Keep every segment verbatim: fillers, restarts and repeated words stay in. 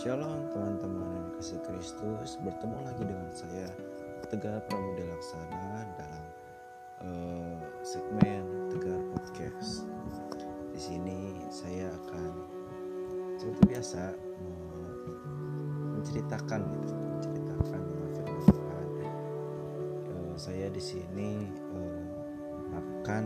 Shalom teman-teman yang kasih Kristus, bertemu lagi dengan saya Tegar Pramudia Laksana dalam uh, segmen Tegar Podcast. Di sini saya akan seperti biasa uh, menceritakan gitu, menceritakan tentang firman Tuhan. Uh, saya di sini uh, akan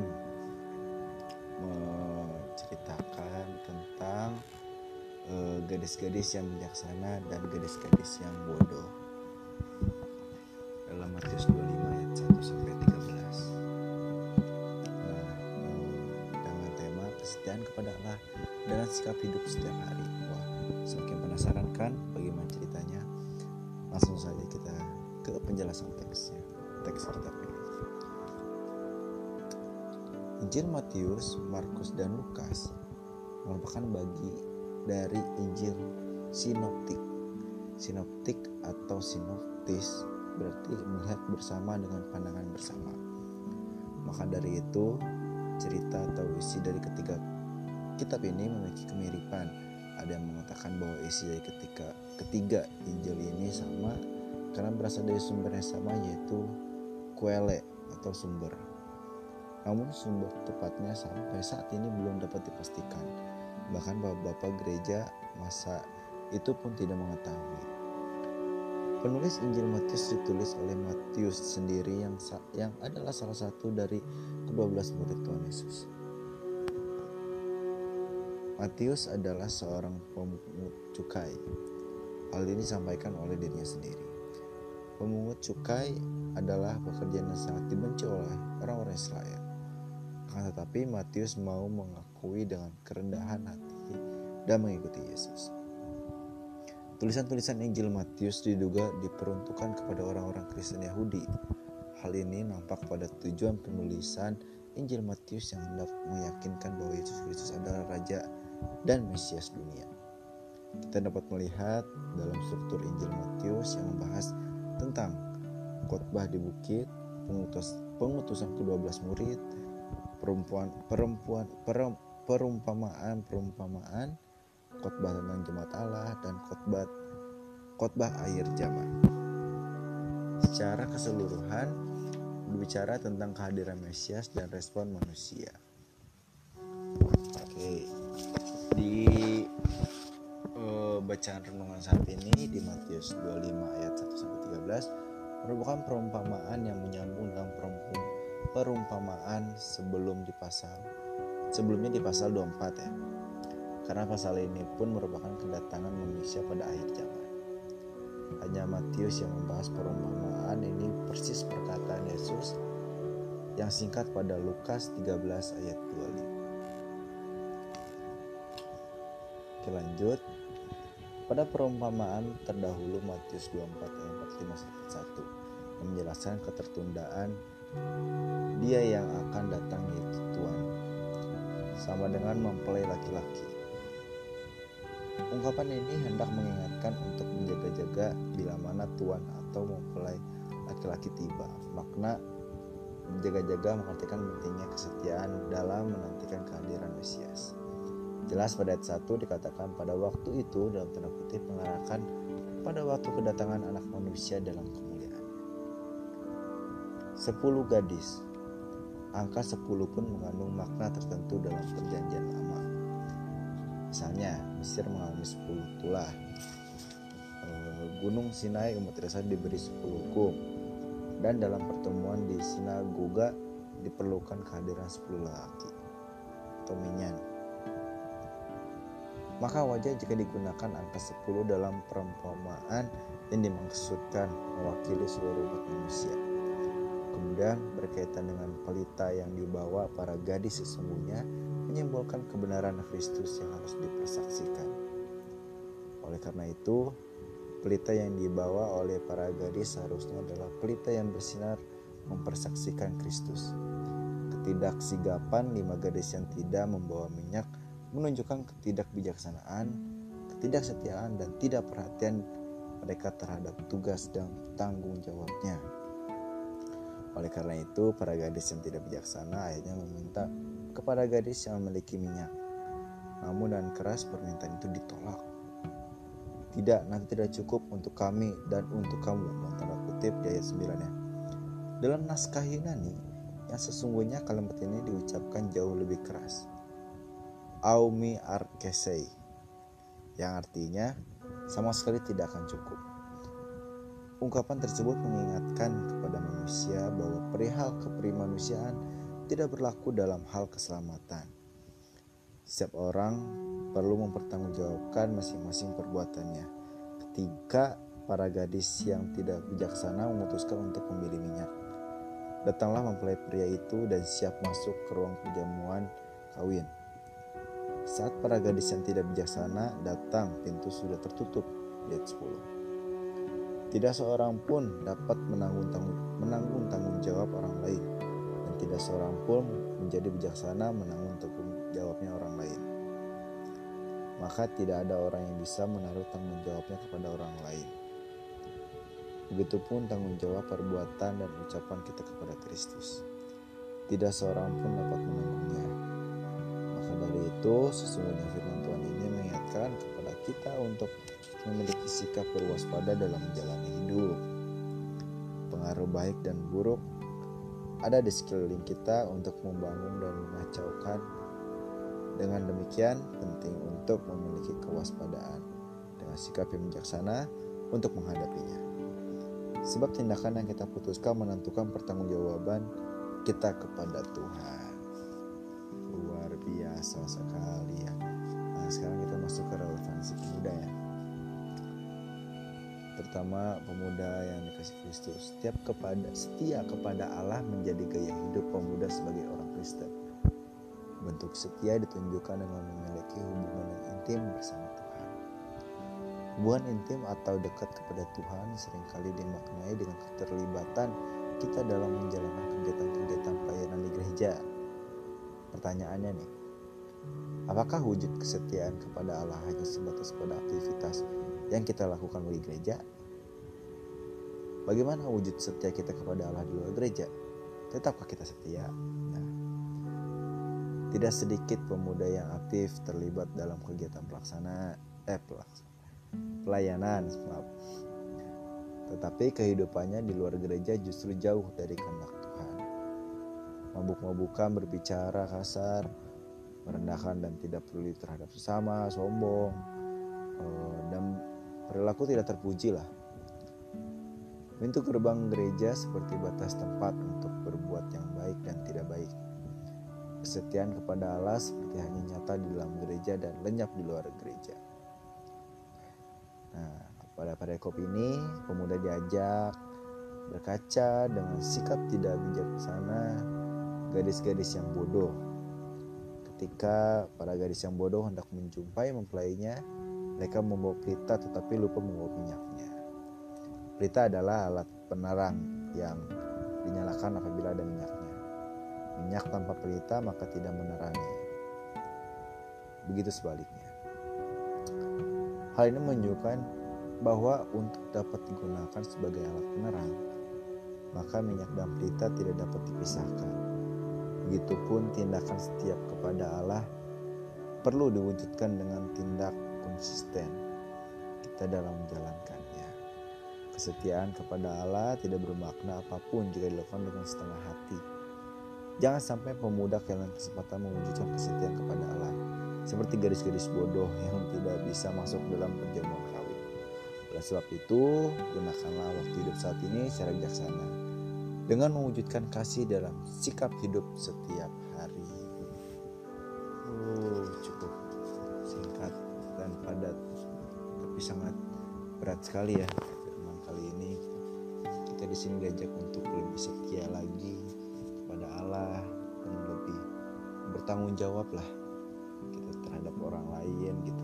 menceritakan tentang gadis-gadis yang bijaksana dan gadis-gadis yang bodoh dalam Matius dua puluh lima ayat satu sampai tiga belas. Nah, dengan tema kesetiaan kepada Allah dalam sikap hidup setiap hari. Wah, semakin penasaran kan bagaimana ceritanya? Langsung saja kita ke penjelasan teksnya. Teks kita pilih. Injil Matius, Markus, dan Lukas merupakan bagi dari Injil sinoptik. Sinoptik atau sinoptis berarti melihat bersama dengan pandangan bersama. Maka dari itu, cerita atau isi dari ketiga kitab ini memiliki kemiripan. Ada yang mengatakan bahwa isi dari ketiga, ketiga Injil ini sama karena berasal dari sumber yang sama, yaitu koele atau sumber. Namun sumber tepatnya sampai saat ini belum dapat dipastikan. Bahkan bapak-bapak gereja masa itu pun tidak mengetahui. Penulis Injil Matius ditulis oleh Matius sendiri yang yang adalah salah satu dari kedua belas murid Tuhan Yesus. Matius adalah seorang pemungut cukai. Hal ini disampaikan oleh dirinya sendiri. Pemungut cukai adalah pekerjaan yang sangat dibenci oleh orang-orang Israel. Akan tetapi Matius mau mengakui dengan kerendahan hati dan mengikuti Yesus. Tulisan-tulisan Injil Matius diduga diperuntukkan kepada orang-orang Kristen Yahudi. Hal ini nampak pada tujuan penulisan Injil Matius yang hendak meyakinkan bahwa Yesus Kristus adalah Raja dan Mesias dunia. Kita dapat melihat dalam struktur Injil Matius yang membahas tentang khotbah di bukit, pengutus, pengutusan kedua belas murid, perempuan perempuan perum, perumpamaan perumpamaan khotbah tentang jemaat Allah, dan khotbah khotbah akhir zaman. Secara keseluruhan berbicara tentang kehadiran Mesias dan respon manusia. Oke, di uh, bacaan renungan saat ini di Matius dua puluh lima ayat satu sampai tiga belas merupakan perumpamaan yang menyambung dengan perumpamaan perumpamaan sebelum di pasal sebelumnya di pasal dua puluh empat ya. Karena pasal ini pun merupakan kedatangan manusia pada akhir zaman. Hanya Matius yang membahas perumpamaan ini persis perkataan Yesus yang singkat pada Lukas tiga belas ayat dua puluh lima. Oke, lanjut. Pada perumpamaan terdahulu Matius dua puluh empat ayat empat puluh lima sampai satu yang menjelaskan ketertundaan Dia yang akan datang, yaitu Tuhan, sama dengan mempelai laki-laki. Ungkapan ini hendak mengingatkan untuk menjaga-jaga bila mana Tuhan atau mempelai laki-laki tiba. Makna menjaga-jaga mengartikan pentingnya kesetiaan dalam menantikan kehadiran Mesias. Jelas pada ayat satu dikatakan pada waktu itu, dalam tanda kutip, mengarahkan pada waktu kedatangan anak manusia dalam kemuliaan. Sepuluh gadis. Angka sepuluh pun mengandung makna tertentu dalam perjanjian lama. Misalnya, Mesir mengalami sepuluh tulah. Gunung Sinai umat Israel diberi sepuluh hukum. Dan dalam pertemuan di sinagoga diperlukan kehadiran sepuluh lelaki atau minyan. Maka wajar jika digunakan angka sepuluh dalam perumpamaan yang dimaksudkan mewakili seluruh umat manusia. Kemudian berkaitan dengan pelita yang dibawa para gadis sesungguhnya menyimbolkan kebenaran Kristus yang harus dipersaksikan. Oleh karena itu, pelita yang dibawa oleh para gadis seharusnya adalah pelita yang bersinar mempersaksikan Kristus. Ketidaksigapan lima gadis yang tidak membawa minyak menunjukkan ketidakbijaksanaan, ketidaksetiaan, dan tidak perhatian mereka terhadap tugas dan tanggung jawabnya. Oleh karena itu, para gadis yang tidak bijaksana akhirnya meminta kepada gadis yang memiliki minyak. Namun dengan keras permintaan itu ditolak. Tidak, nanti tidak cukup untuk kami dan untuk kamu. Dan tanda kutip di ayat sembilan ya. Dalam naskah Yunani, yang sesungguhnya kalimat ini diucapkan jauh lebih keras. Aumi arkesei, yang artinya sama sekali tidak akan cukup. Ungkapan tersebut mengingatkan kepada manusia bahwa perihal keperimanusiaan tidak berlaku dalam hal keselamatan. Setiap orang perlu mempertanggungjawabkan masing-masing perbuatannya. Ketika para gadis yang tidak bijaksana memutuskan untuk memilih minyak, datanglah mempelai pria itu dan siap masuk ke ruang perjamuan kawin. Saat para gadis yang tidak bijaksana datang, pintu sudah tertutup. Ayat sepuluh. Tidak seorang pun dapat menanggung tanggung, menanggung tanggung jawab orang lain, dan tidak seorang pun menjadi bijaksana menanggung tanggung jawabnya orang lain. Maka tidak ada orang yang bisa menaruh tanggung jawabnya kepada orang lain. Begitupun tanggung jawab perbuatan dan ucapan kita kepada Kristus. Tidak seorang pun dapat menanggungnya. Maka dari itu, sesungguhnya firman Tuhan ini mengingatkan kepada kita untuk memiliki sikap berwaspada dalam menjalani hidup. Pengaruh baik dan buruk ada di sekeliling kita untuk membangun dan mengacaukan. Dengan demikian, penting untuk memiliki kewaspadaan dengan sikap yang bijaksana untuk menghadapinya. Sebab tindakan yang kita putuskan menentukan pertanggungjawaban kita kepada Tuhan. Luar biasa sekali ya. Nah, sekarang kita masuk ke relevansi pemuda ya. Pertama, pemuda yang dikasih Kristus. Setiap kepada setia kepada Allah menjadi gaya hidup pemuda sebagai orang Kristen. Bentuk setia ditunjukkan dengan memiliki hubungan yang intim bersama Tuhan. Hubungan intim atau dekat kepada Tuhan seringkali dimaknai dengan keterlibatan kita dalam menjalankan kegiatan-kegiatan pelayanan di gereja. Pertanyaannya nih, apakah wujud kesetiaan kepada Allah hanya sebatas pada aktivitas yang kita lakukan di gereja? Bagaimana wujud setia kita kepada Allah di luar gereja? Tetapkah kita setia? Nah, tidak sedikit pemuda yang aktif terlibat dalam kegiatan pelaksana, eh pelaksana, pelayanan, maaf. Tetapi kehidupannya di luar gereja justru jauh dari kehendak Tuhan. Mabuk-mabukan, berbicara kasar, merendahkan dan tidak peduli terhadap sesama, sombong, dan perilaku tidak terpuji lah. Pintu gerbang gereja seperti batas tempat untuk berbuat yang baik dan tidak baik. Kesetiaan kepada Allah seperti hanya nyata di dalam gereja dan lenyap di luar gereja. Nah, pada perikop ini pemuda diajak berkaca dengan sikap tidak bijaksana gadis-gadis yang bodoh. Ketika para gadis yang bodoh hendak menjumpai mempelainya, mereka membawa pelita tetapi lupa membawa minyaknya. Pelita adalah alat penerang yang dinyalakan apabila ada minyaknya. Minyak tanpa pelita maka tidak menerangi. Begitu sebaliknya. Hal ini menunjukkan bahwa untuk dapat digunakan sebagai alat penerang, maka minyak dan pelita tidak dapat dipisahkan. Begitupun tindakan setiap kepada Allah perlu diwujudkan dengan tindak konsisten kita dalam menjalankannya. Kesetiaan kepada Allah tidak bermakna apapun jika dilakukan dengan setengah hati. Jangan sampai pemuda kehilangan kesempatan mewujudkan kesetiaan kepada Allah, seperti gadis-gadis bodoh yang tidak bisa masuk dalam perjamuan kawin. Oleh sebab itu, gunakanlah waktu hidup saat ini secara bijaksana, dengan mewujudkan kasih dalam sikap hidup setiap hari. Oh, cukup singkat dan padat, tapi sangat berat sekali ya. Firman kali ini kita di sini diajak untuk lebih setia lagi kepada Allah dan lebih bertanggung jawab lah kita terhadap orang lain gitu.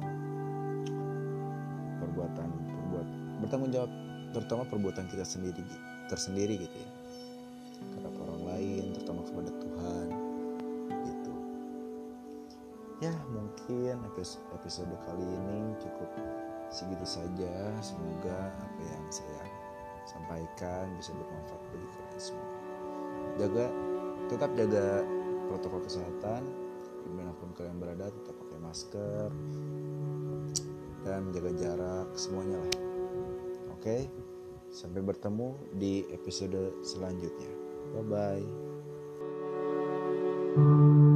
Perbuatan perbuat bertanggung jawab terutama perbuatan kita sendiri tersendiri gitu ya. Terhadap orang lain, terutama kepada Tuhan gitu. Ya, mungkin episode, episode kali ini cukup segitu saja. Semoga apa yang saya sampaikan bisa bermanfaat bagi kalian semua. Jaga, tetap jaga protokol kesehatan dimanapun kalian berada, tetap pakai masker, dan menjaga jarak, semuanya lah. Oke, sampai bertemu di episode selanjutnya. Bye bye.